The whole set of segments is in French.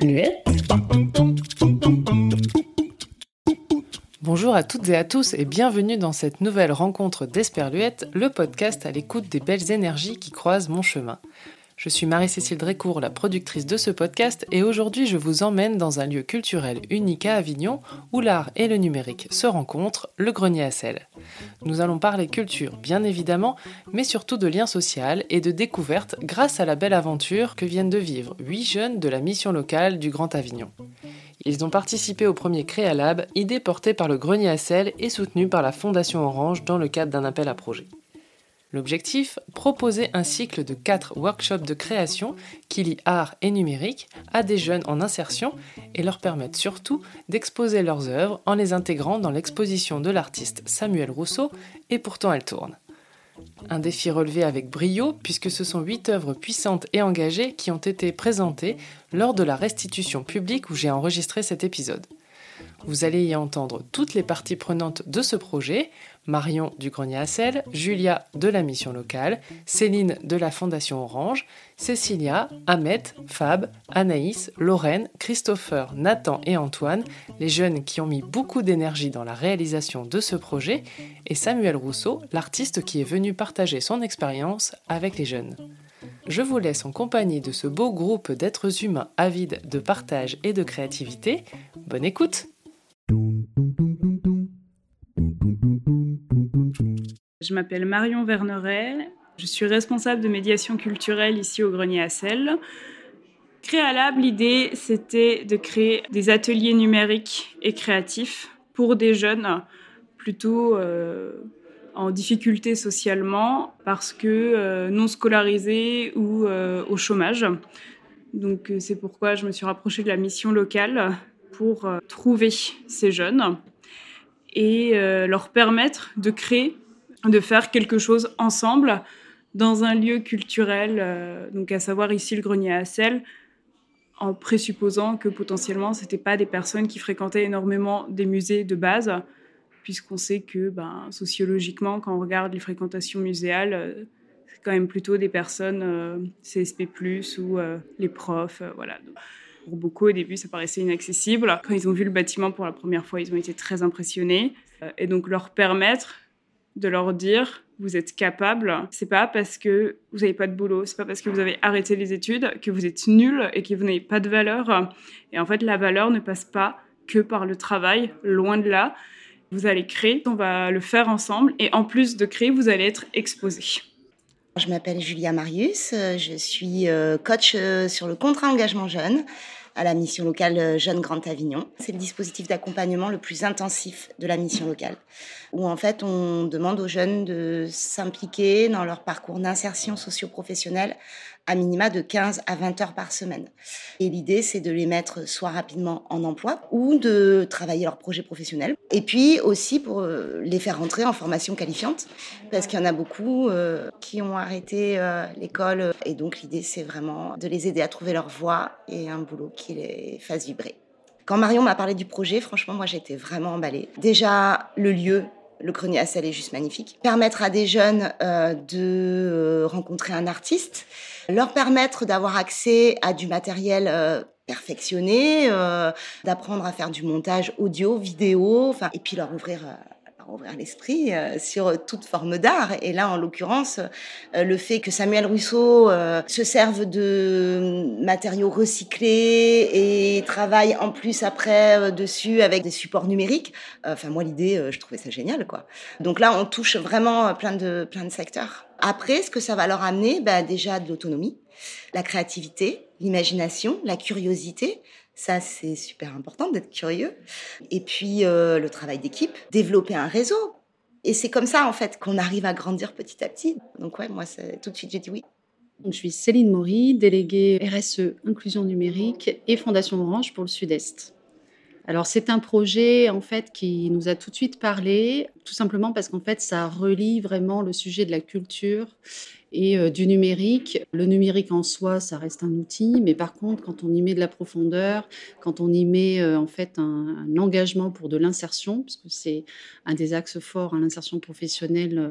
Esperluette. Bonjour à toutes et à tous et bienvenue dans cette nouvelle rencontre d'Esperluette, le podcast à l'écoute des belles énergies qui croisent mon chemin. Je suis Marie-Cécile Drécourt, la productrice de ce podcast, et aujourd'hui je vous emmène dans un lieu culturel unique à Avignon où l'art et le numérique se rencontrent, le Grenier à Sel. Nous allons parler culture, bien évidemment, mais surtout de lien social et de découverte grâce à la belle aventure que viennent de vivre 8 jeunes de la mission locale du Grand Avignon. Ils ont participé au premier Créalab, idée portée par le Grenier à Sel et soutenue par la Fondation Orange dans le cadre d'un appel à projet. L'objectif, proposer un cycle de 4 workshops de création qui lient art et numérique à des jeunes en insertion et leur permettent surtout d'exposer leurs œuvres en les intégrant dans l'exposition de l'artiste Samuel Rousseau et pourtant elle tourne. Un défi relevé avec brio puisque ce sont 8 œuvres puissantes et engagées qui ont été présentées lors de la restitution publique où j'ai enregistré cet épisode. Vous allez y entendre toutes les parties prenantes de ce projet, Marion du Grenier à Sel, Julia de la mission locale, Céline de la Fondation Orange, Cécilia, Ahmet, Fab, Anaïs, Lorraine, Christopher, Nathan et Antoine, les jeunes qui ont mis beaucoup d'énergie dans la réalisation de ce projet, et Samuel Rousseau, l'artiste qui est venu partager son expérience avec les jeunes. Je vous laisse en compagnie de ce beau groupe d'êtres humains avides de partage et de créativité. Bonne écoute! Je m'appelle Marion Verneret, je suis responsable de médiation culturelle ici au Grenier à Sel. Créalab, l'idée, c'était de créer des ateliers numériques et créatifs pour des jeunes plutôt en difficulté socialement parce que non scolarisés ou au chômage. Donc c'est pourquoi je me suis rapprochée de la mission locale pour trouver ces jeunes et leur permettre de créer, de faire quelque chose ensemble dans un lieu culturel, donc à savoir ici le Grenier à Sel, en présupposant que potentiellement ce n'étaient pas des personnes qui fréquentaient énormément des musées de base, puisqu'on sait que sociologiquement, quand on regarde les fréquentations muséales, c'est quand même plutôt des personnes CSP+, ou les profs, voilà. Pour beaucoup, au début, ça paraissait inaccessible. Quand ils ont vu le bâtiment pour la première fois, ils ont été très impressionnés. Et donc, leur permettre de leur dire « vous êtes capables », c'est pas parce que vous n'avez pas de boulot, c'est pas parce que vous avez arrêté les études que vous êtes nuls et que vous n'avez pas de valeur. Et en fait, la valeur ne passe pas que par le travail, loin de là. Vous allez créer, on va le faire ensemble. Et en plus de créer, vous allez être exposés. Je m'appelle Julia Marius, je suis coach sur le contrat engagement jeune à la mission locale Jeunes Grand Avignon. C'est le dispositif d'accompagnement le plus intensif de la mission locale, où en fait on demande aux jeunes de s'impliquer dans leur parcours d'insertion socio-professionnelle à minima de 15 à 20 heures par semaine. Et l'idée, c'est de les mettre soit rapidement en emploi ou de travailler leur projet professionnel. Et puis aussi pour les faire rentrer en formation qualifiante, parce qu'il y en a beaucoup qui ont arrêté l'école. Et donc l'idée, c'est vraiment de les aider à trouver leur voie et un boulot qui les fasse vibrer. Quand Marion m'a parlé du projet, franchement, moi, j'étais vraiment emballée. Déjà, le lieu, le Grenier à Sel est juste magnifique. Permettre à des jeunes de rencontrer un artiste, leur permettre d'avoir accès à du matériel perfectionné, d'apprendre à faire du montage audio, vidéo, et puis leur ouvrir l'esprit sur toute forme d'art. Et là, en l'occurrence, le fait que Samuel Rousseau se serve de matériaux recyclés et travaille en plus après dessus avec des supports numériques. Moi, l'idée, je trouvais ça génial, quoi. Donc là, on touche vraiment plein de secteurs. Après, ce que ça va leur amener, déjà de l'autonomie, la créativité, l'imagination, la curiosité. Ça, c'est super important d'être curieux. Et puis, le travail d'équipe, développer un réseau. Et c'est comme ça, en fait, qu'on arrive à grandir petit à petit. Donc, ouais, moi, tout de suite, j'ai dit oui. Donc, je suis Céline Maury, déléguée RSE Inclusion numérique et Fondation Orange pour le Sud-Est. Alors, c'est un projet, en fait, qui nous a tout de suite parlé, tout simplement parce qu'en fait, ça relie vraiment le sujet de la culture et du numérique. Le numérique en soi, ça reste un outil, mais par contre, quand on y met de la profondeur, quand on y met en fait un engagement pour de l'insertion, parce que c'est un des axes forts, l'insertion professionnelle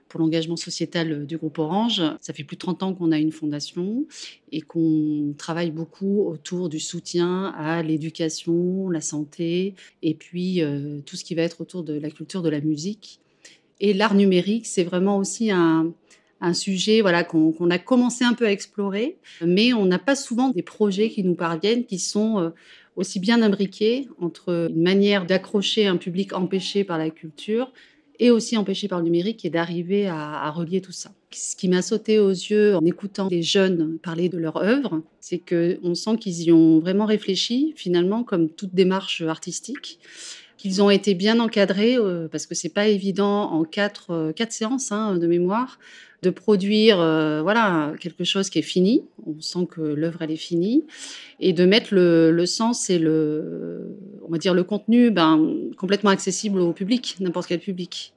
pour l'engagement sociétal du groupe Orange. Ça fait plus de 30 ans qu'on a une fondation et qu'on travaille beaucoup autour du soutien à l'éducation, la santé et puis tout ce qui va être autour de la culture de la musique. Et l'art numérique, c'est vraiment aussi un sujet qu'on a commencé un peu à explorer, mais on n'a pas souvent des projets qui nous parviennent, qui sont aussi bien imbriqués entre une manière d'accrocher un public empêché par la culture et aussi empêché par le numérique et d'arriver à relier tout ça. Ce qui m'a sauté aux yeux en écoutant les jeunes parler de leur œuvre, c'est qu'on sent qu'ils y ont vraiment réfléchi, finalement, comme toute démarche artistique, qu'ils ont été bien encadrés, parce que c'est pas évident en quatre séances de mémoire, de produire quelque chose qui est fini. On sent que l'œuvre elle est finie et de mettre le sens et le contenu complètement accessible au public, n'importe quel public.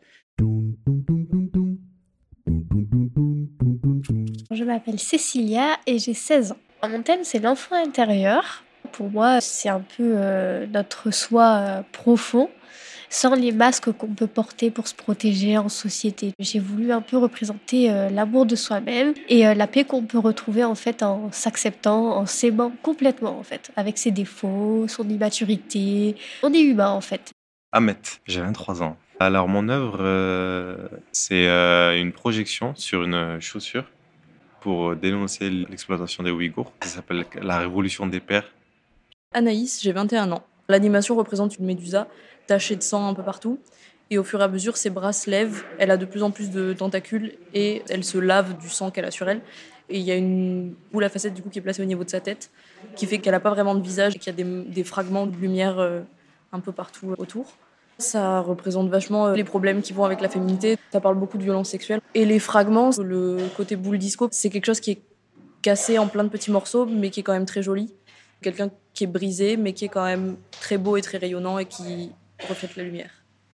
Je m'appelle Cécilia et j'ai 16 ans. Mon thème, c'est l'enfant intérieur. Pour moi, c'est un peu notre soi profond, sans les masques qu'on peut porter pour se protéger en société. J'ai voulu un peu représenter l'amour de soi-même et la paix qu'on peut retrouver en fait en s'acceptant, en s'aimant complètement en fait, avec ses défauts, son immaturité. On est humain en fait. Ahmet, j'ai 23 ans. Alors mon œuvre, c'est une projection sur une chaussure pour dénoncer l'exploitation des Ouïghours. Ça s'appelle La Révolution des Pères. Anaïs, j'ai 21 ans. L'animation représente une médusa tachée de sang un peu partout. Et au fur et à mesure, ses bras se lèvent. Elle a de plus en plus de tentacules et elle se lave du sang qu'elle a sur elle. Et il y a une boule à facettes du coup, qui est placée au niveau de sa tête, qui fait qu'elle n'a pas vraiment de visage et qu'il y a des fragments de lumière un peu partout autour. Ça représente vachement les problèmes qui vont avec la féminité. Ça parle beaucoup de violences sexuelles. Et les fragments, le côté boule disco, c'est quelque chose qui est cassé en plein de petits morceaux, mais qui est quand même très joli. Quelqu'un qui est brisé, mais qui est quand même très beau et très rayonnant et qui reflète la lumière.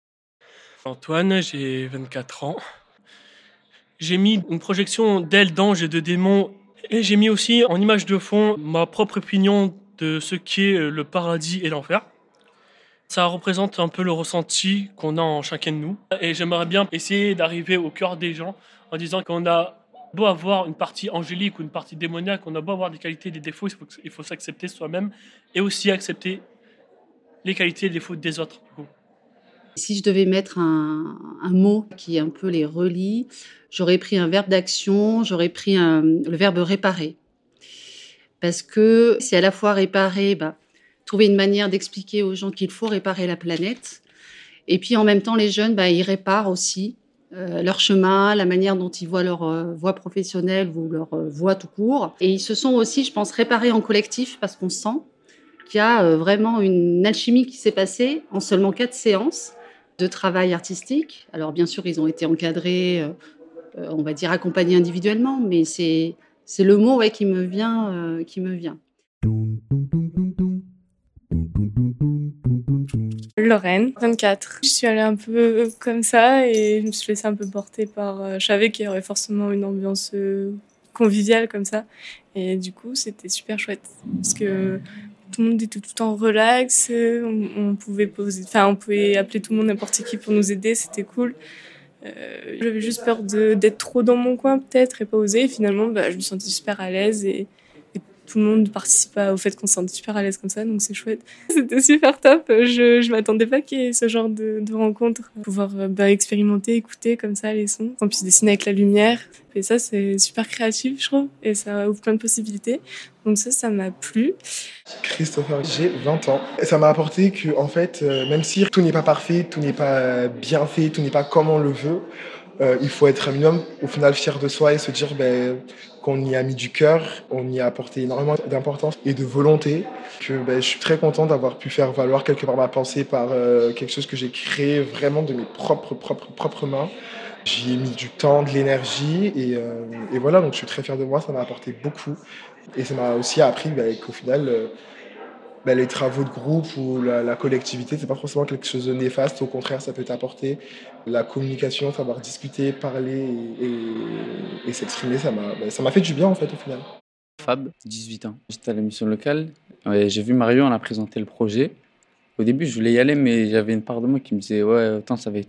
Antoine, j'ai 24 ans. J'ai mis une projection d'ailes, d'anges et de démons. Et j'ai mis aussi en image de fond ma propre opinion de ce qu'est le paradis et l'enfer. Ça représente un peu le ressenti qu'on a en chacun de nous. Et j'aimerais bien essayer d'arriver au cœur des gens en disant qu'on a beau avoir une partie angélique ou une partie démoniaque, on a beau avoir des qualités et des défauts, il faut s'accepter soi-même et aussi accepter les qualités et les défauts des autres. Si je devais mettre un mot qui un peu les relie, j'aurais pris un verbe d'action, j'aurais pris le verbe réparer. Parce que c'est à la fois réparer, trouver une manière d'expliquer aux gens qu'il faut réparer la planète. Et puis en même temps, les jeunes, ils réparent aussi leur chemin, la manière dont ils voient leur voie professionnelle ou leur voie tout court. Et ils se sont aussi, je pense, réparés en collectif parce qu'on sent qu'il y a vraiment une alchimie qui s'est passée en seulement 4 séances de travail artistique. Alors bien sûr, ils ont été encadrés, on va dire accompagnés individuellement, mais c'est le mot qui me vient. Lorraine, 24. Je suis allée un peu comme ça et je me suis laissée un peu porter par... je savais qu'il y aurait forcément une ambiance conviviale comme ça. Et du coup, c'était super chouette. Parce que tout le monde était tout le temps relax. On pouvait appeler tout le monde, n'importe qui pour nous aider. C'était cool. J'avais juste peur d'être trop dans mon coin peut-être et pas oser. Et finalement, je me sentais super à l'aise et tout le monde participe au fait qu'on se sente super à l'aise comme ça, donc c'est chouette. C'était super top. Je m'attendais pas qu'il y ait ce genre de rencontre. Pouvoir expérimenter, écouter comme ça les sons, qu'on puisse dessiner avec la lumière. Et ça, c'est super créatif, je trouve, et ça ouvre plein de possibilités. Donc ça m'a plu. Christopher, j'ai 20 ans. Ça m'a apporté que, en fait, même si tout n'est pas parfait, tout n'est pas bien fait, tout n'est pas comme on le veut, il faut être un minimum, au final, fier de soi et se dire qu'on y a mis du cœur, on y a apporté énormément d'importance et de volonté, que je suis très content d'avoir pu faire valoir quelque part ma pensée par quelque chose que j'ai créé vraiment de mes propres mains. J'y ai mis du temps, de l'énergie et voilà, donc je suis très fier de moi, ça m'a apporté beaucoup. Et ça m'a aussi appris qu'au final, les travaux de groupe ou la collectivité, c'est pas forcément quelque chose de néfaste, au contraire, ça peut t'apporter la communication, savoir discuter, parler et s'exprimer, ça m'a fait du bien en fait au final. Fab, 18 ans. J'étais à la mission locale, j'ai vu Marion, elle a présenté le projet. Au début, je voulais y aller, mais j'avais une part de moi qui me disait « Ouais, autant ça va être nul ».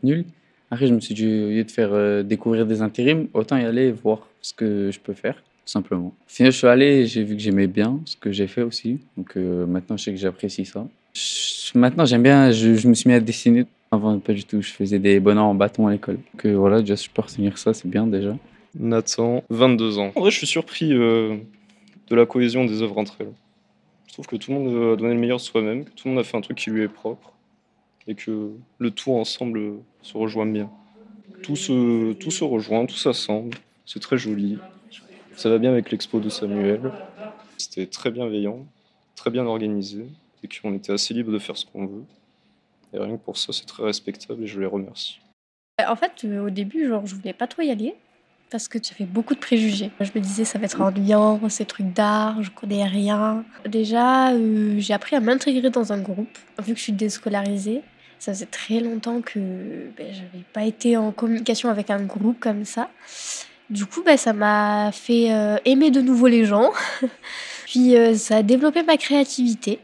Après, je me suis dit, au lieu de faire découvrir des intérims, autant y aller et voir ce que je peux faire, tout simplement. Sinon, je suis allé et j'ai vu que j'aimais bien ce que j'ai fait aussi. Donc maintenant, je sais que j'apprécie ça. Maintenant, j'aime bien, je me suis mis à dessiner. Avant, pas du tout. Je faisais des bonhommes en bâton à l'école. Donc voilà, déjà, je peux retenir ça, c'est bien déjà. Nathan, 22 ans. En vrai, je suis surpris de la cohésion des œuvres entre elles. Je trouve que tout le monde a donné le meilleur de soi-même, que tout le monde a fait un truc qui lui est propre, et que le tout ensemble se rejoint bien. Tout se rejoint, tout s'assemble, c'est très joli. Ça va bien avec l'expo de Samuel. C'était très bienveillant, très bien organisé, et qu'on était assez libre de faire ce qu'on veut. Et rien que pour ça, c'est très respectable et je les remercie. En fait, au début, genre, je voulais pas trop y aller parce que j'avais beaucoup de préjugés. Je me disais, ça va être ennuyant, ces trucs d'art, je connais rien. Déjà, j'ai appris à m'intégrer dans un groupe, vu que je suis déscolarisée. Ça faisait très longtemps que j'avais pas été en communication avec un groupe comme ça. Du coup, ça m'a fait aimer de nouveau les gens. Puis ça a développé ma créativité.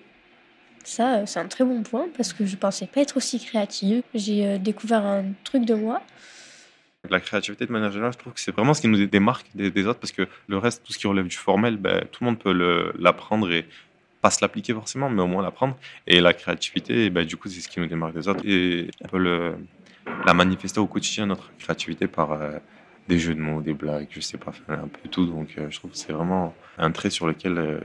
Ça, c'est un très bon point parce que je pensais pas être aussi créative. J'ai découvert un truc de moi. La créativité, de manière générale, je trouve que c'est vraiment ce qui nous démarque des autres parce que le reste, tout ce qui relève du formel, tout le monde peut l'apprendre et pas se l'appliquer forcément, mais au moins l'apprendre. Et la créativité, du coup, c'est ce qui nous démarque des autres. Et on peut la manifester au quotidien, notre créativité, par des jeux de mots, des blagues, je sais pas, un peu tout. Donc je trouve que c'est vraiment un trait sur lequel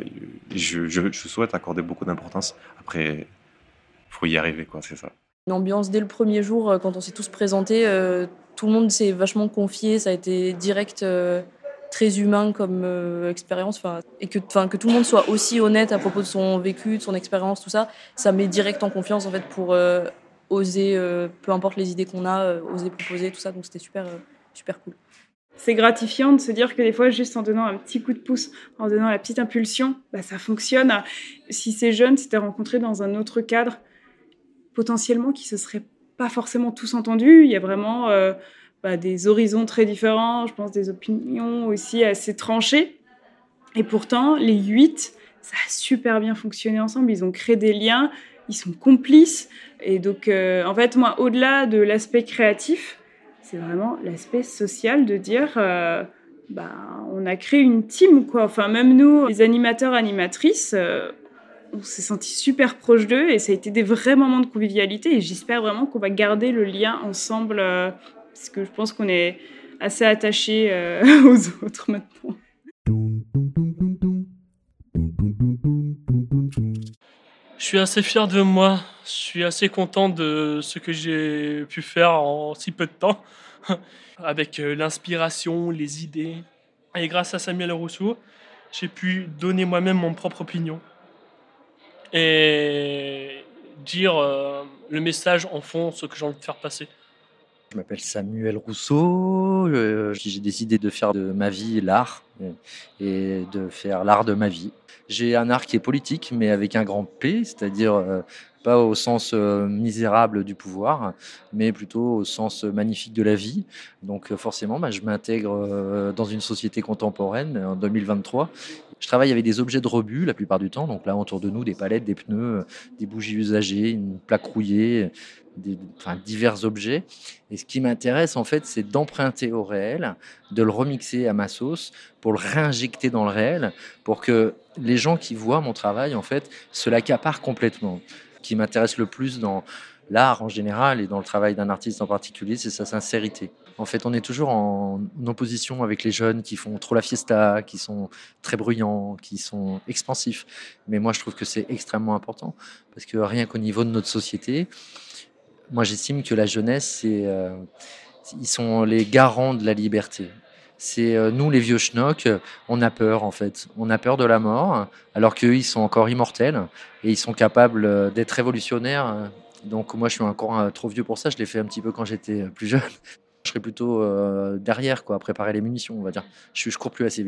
je souhaite accorder beaucoup d'importance. Après, il faut y arriver, quoi, c'est ça. Une ambiance dès le premier jour, quand on s'est tous présentés, tout le monde s'est vachement confié, ça a été direct, très humain comme expérience, et que tout le monde soit aussi honnête à propos de son vécu, de son expérience, tout ça, ça met direct en confiance en fait pour oser, peu importe les idées qu'on a, oser proposer, tout ça, donc c'était super cool. C'est gratifiant de se dire que des fois, juste en donnant un petit coup de pouce, en donnant la petite impulsion, ça fonctionne. Si ces jeunes s'étaient rencontrés dans un autre cadre, potentiellement qui ne se seraient pas forcément tous entendus, il y a vraiment des horizons très différents, je pense des opinions aussi assez tranchées. Et pourtant, les 8, ça a super bien fonctionné ensemble. Ils ont créé des liens, ils sont complices. Et donc, en fait, moi, au-delà de l'aspect créatif, c'est vraiment l'aspect social de dire on a créé une team, quoi. Enfin, même nous, les animateurs, animatrices, on s'est sentis super proches d'eux et ça a été des vrais moments de convivialité. Et j'espère vraiment qu'on va garder le lien ensemble parce que je pense qu'on est assez attachés aux autres maintenant. Je suis assez fier de moi. Je suis assez content de ce que j'ai pu faire en si peu de temps, avec l'inspiration, les idées. Et grâce à Samuel Rousseau, j'ai pu donner moi-même mon propre opinion et dire le message en fond, ce que j'ai envie de faire passer. Je m'appelle Samuel Rousseau, j'ai décidé de faire de ma vie l'art et de faire l'art de ma vie. J'ai un art qui est politique, mais avec un grand P, c'est-à-dire pas au sens misérable du pouvoir, mais plutôt au sens magnifique de la vie. Donc forcément, je m'intègre dans une société contemporaine en 2023. Je travaille avec des objets de rebut la plupart du temps, donc là autour de nous, des palettes, des pneus, des bougies usagées, une plaque rouillée, divers objets. Et ce qui m'intéresse en fait, c'est d'emprunter au réel, de le remixer à ma sauce, pour le réinjecter dans le réel, pour que les gens qui voient mon travail en fait se l'accaparent complètement. Ce qui m'intéresse le plus dans l'art en général et dans le travail d'un artiste en particulier, c'est sa sincérité. En fait, on est toujours en opposition avec les jeunes qui font trop la fiesta, qui sont très bruyants, qui sont expansifs. Mais moi, je trouve que c'est extrêmement important parce que rien qu'au niveau de notre société, moi, j'estime que la jeunesse, ils sont les garants de la liberté. C'est nous, les vieux schnocks, on a peur en fait. On a peur de la mort, alors qu'eux, ils sont encore immortels et ils sont capables d'être révolutionnaires. Donc moi, je suis encore trop vieux pour ça. Je l'ai fait un petit peu quand j'étais plus jeune. Je serais plutôt derrière, quoi, à préparer les munitions, on va dire. Je cours plus assez vite.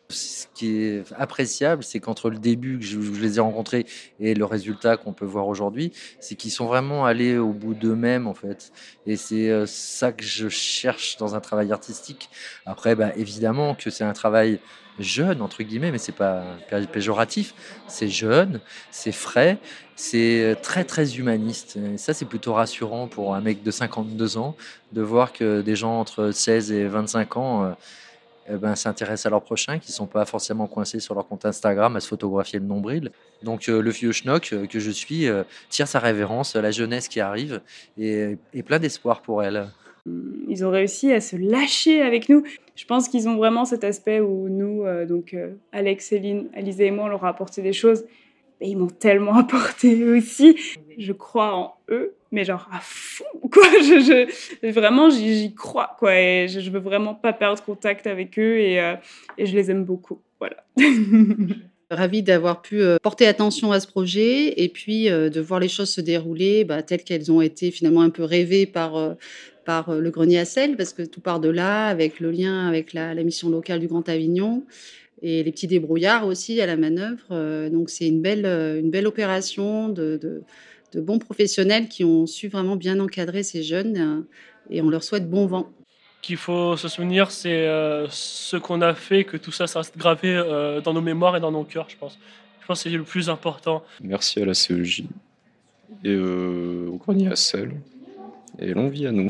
Ce qui est appréciable, c'est qu'entre le début que je les ai rencontrés et le résultat qu'on peut voir aujourd'hui, c'est qu'ils sont vraiment allés au bout d'eux-mêmes, en fait. Et c'est ça que je cherche dans un travail artistique. Après, évidemment que c'est un travail jeune, entre guillemets, mais c'est pas péjoratif. C'est jeune, c'est frais, c'est très, très humaniste. Et ça, c'est plutôt rassurant pour un mec de 52 ans de voir que des gens entre 16 et 25 ans s'intéressent à leur prochain, qui ne sont pas forcément coincés sur leur compte Instagram à se photographier le nombril. Donc le vieux schnock que je suis tire sa révérence à la jeunesse qui arrive et plein d'espoir pour elle. Ils ont réussi à se lâcher avec nous. Je pense qu'ils ont vraiment cet aspect où nous, Alex, Céline, Alizé et moi, on leur a apporté des choses. Et ils m'ont tellement apporté aussi. Je crois en eux, mais genre à fond, quoi. Vraiment, j'y crois, quoi. Et je veux vraiment pas perdre contact avec eux et je les aime beaucoup. Voilà. Ravie d'avoir pu porter attention à ce projet et puis de voir les choses se dérouler telles qu'elles ont été finalement un peu rêvées par le Grenier à Sel, parce que tout part de là, avec le lien avec la mission locale du Grand Avignon. Et les petits débrouillards aussi à la manœuvre. Donc c'est une belle opération de bons professionnels qui ont su vraiment bien encadrer ces jeunes et on leur souhaite bon vent. Qu'il faut se souvenir, c'est ce qu'on a fait, que tout ça reste gravé dans nos mémoires et dans nos cœurs, je pense. Je pense que c'est le plus important. Merci à la CEJ et au Grenier à Sel. Et longue vie à nous.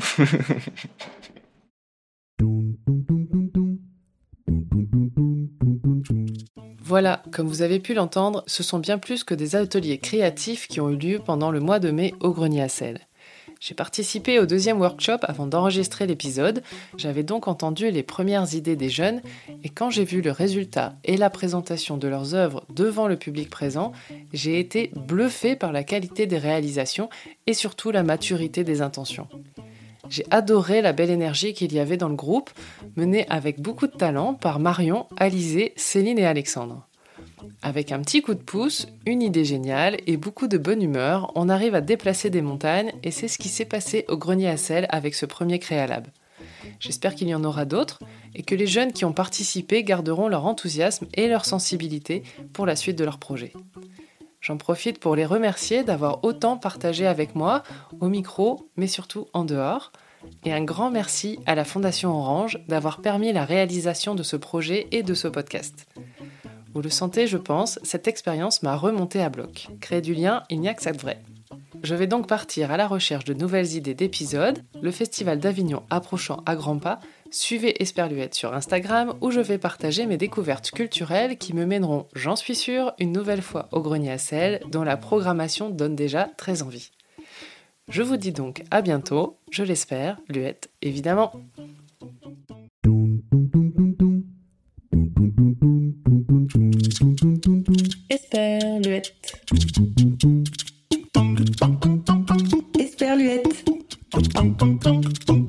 Voilà, comme vous avez pu l'entendre, ce sont bien plus que des ateliers créatifs qui ont eu lieu pendant le mois de mai au Grenier à Sel. J'ai participé au 2e workshop avant d'enregistrer l'épisode, j'avais donc entendu les premières idées des jeunes, et quand j'ai vu le résultat et la présentation de leurs œuvres devant le public présent, j'ai été bluffé par la qualité des réalisations et surtout la maturité des intentions. J'ai adoré la belle énergie qu'il y avait dans le groupe, menée avec beaucoup de talent par Marion, Alizé, Céline et Alexandre. Avec un petit coup de pouce, une idée géniale et beaucoup de bonne humeur, on arrive à déplacer des montagnes et c'est ce qui s'est passé au Grenier à Sel avec ce premier Créalab. J'espère qu'il y en aura d'autres et que les jeunes qui ont participé garderont leur enthousiasme et leur sensibilité pour la suite de leur projet. J'en profite pour les remercier d'avoir autant partagé avec moi, au micro, mais surtout en dehors. Et un grand merci à la Fondation Orange d'avoir permis la réalisation de ce projet et de ce podcast. Vous le sentez, je pense, cette expérience m'a remonté à bloc. Créer du lien, il n'y a que ça de vrai. Je vais donc partir à la recherche de nouvelles idées d'épisodes, le Festival d'Avignon approchant à grands pas. Suivez Esperluette sur Instagram où je vais partager mes découvertes culturelles qui me mèneront, j'en suis sûre, une nouvelle fois au Grenier à Sel, dont la programmation donne déjà très envie. Je vous dis donc à bientôt, je l'espère, Luette évidemment. Esperluette. Esperluette.